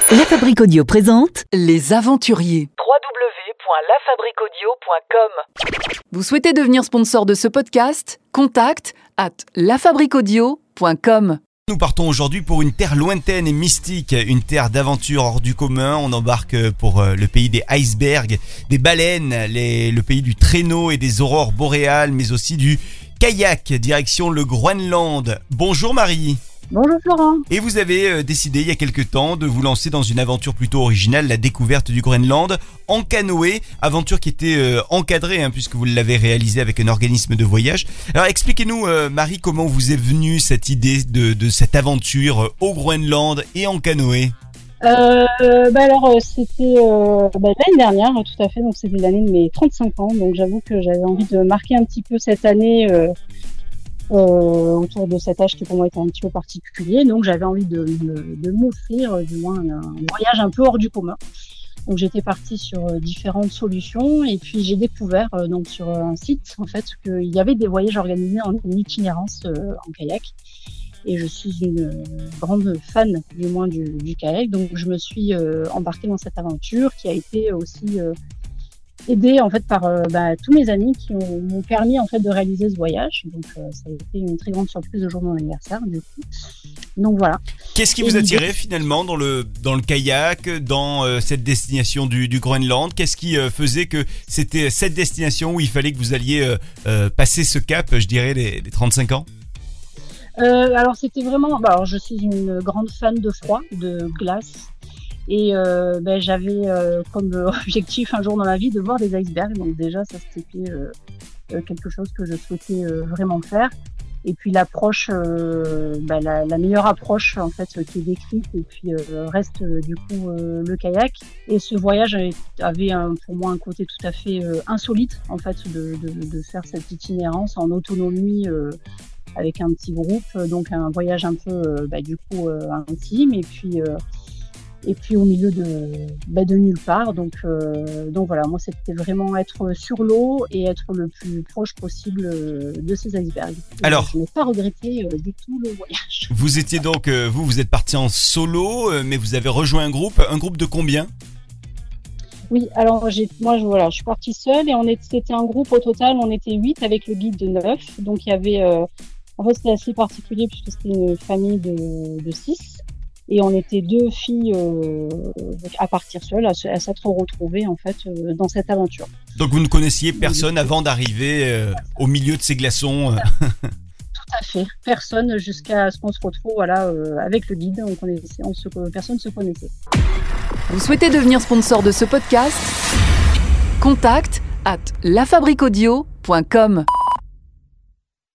La Fabrique Audio présente Les Aventuriers. www.lafabriqueaudio.com. Vous souhaitez devenir sponsor de ce podcast ? Contact @lafabriqueaudio.com. Nous partons aujourd'hui pour une terre lointaine et mystique, une terre d'aventure hors du commun. On embarque pour le pays des icebergs, des baleines, le pays du traîneau et des aurores boréales, mais aussi du kayak, direction le Groenland. Bonjour Marie. Bonjour Florent. Et vous avez décidé il y a quelque temps de vous lancer dans une aventure plutôt originale, la découverte du Groenland en canoë, aventure qui était encadrée puisque vous l'avez réalisée avec un organisme de voyage. Alors expliquez-nous Marie, comment vous est venue cette idée de cette aventure au Groenland et en canoë? C'était l'année dernière, tout à fait, donc c'était l'année de mes 35 ans, donc j'avoue que j'avais envie de marquer un petit peu cette année autour de cet âge qui pour moi était un petit peu particulier, donc j'avais envie de m'offrir du moins un voyage un peu hors du commun. Donc j'étais partie sur différentes solutions et puis j'ai découvert donc sur un site en fait qu'il y avait des voyages organisés en itinérance en kayak. Et je suis une grande fan du moins du kayak, donc je me suis embarquée dans cette aventure qui a été aussi aidée en fait par tous mes amis qui m'ont permis en fait de réaliser ce voyage. Donc ça a été une très grande surprise le jour de mon anniversaire du coup. Donc voilà. Qu'est-ce qui vous attirait finalement dans le kayak, dans cette destination du Groenland? Qu'est-ce qui faisait que c'était cette destination où il fallait que vous alliez passer ce cap, je dirais, les 35 ans? Alors c'était vraiment. Alors je suis une grande fan de froid, de glace, et j'avais comme objectif un jour dans la vie de voir des icebergs. Donc déjà ça c'était quelque chose que je souhaitais vraiment faire. Et puis l'approche, la meilleure approche en fait qui est décrite, et puis reste du coup le kayak. Et ce voyage avait pour moi un côté tout à fait insolite en fait de faire cette itinérance en autonomie. Avec un petit groupe, donc un voyage un peu intime et puis au milieu de nulle part. Donc voilà, moi c'était vraiment être sur l'eau et être le plus proche possible de ces icebergs. Alors, je n'ai pas regretté du tout le voyage. Vous étiez donc vous êtes parti en solo, mais vous avez rejoint un groupe de combien? Oui, alors je suis partie seule et c'était un groupe au total, on était 8 avec le guide de 9. Donc il y avait en fait, c'était assez particulier puisque c'était une famille de 6 et on était 2 filles à partir seules, à s'être retrouvées en fait dans cette aventure. Donc vous ne connaissiez personne avant d'arriver au milieu de ces glaçons Tout à fait, personne jusqu'à ce qu'on se retrouve avec le guide. Personne ne se connaissait. Vous souhaitez devenir sponsor de ce podcast ? Contact @lafabriqueaudio.com.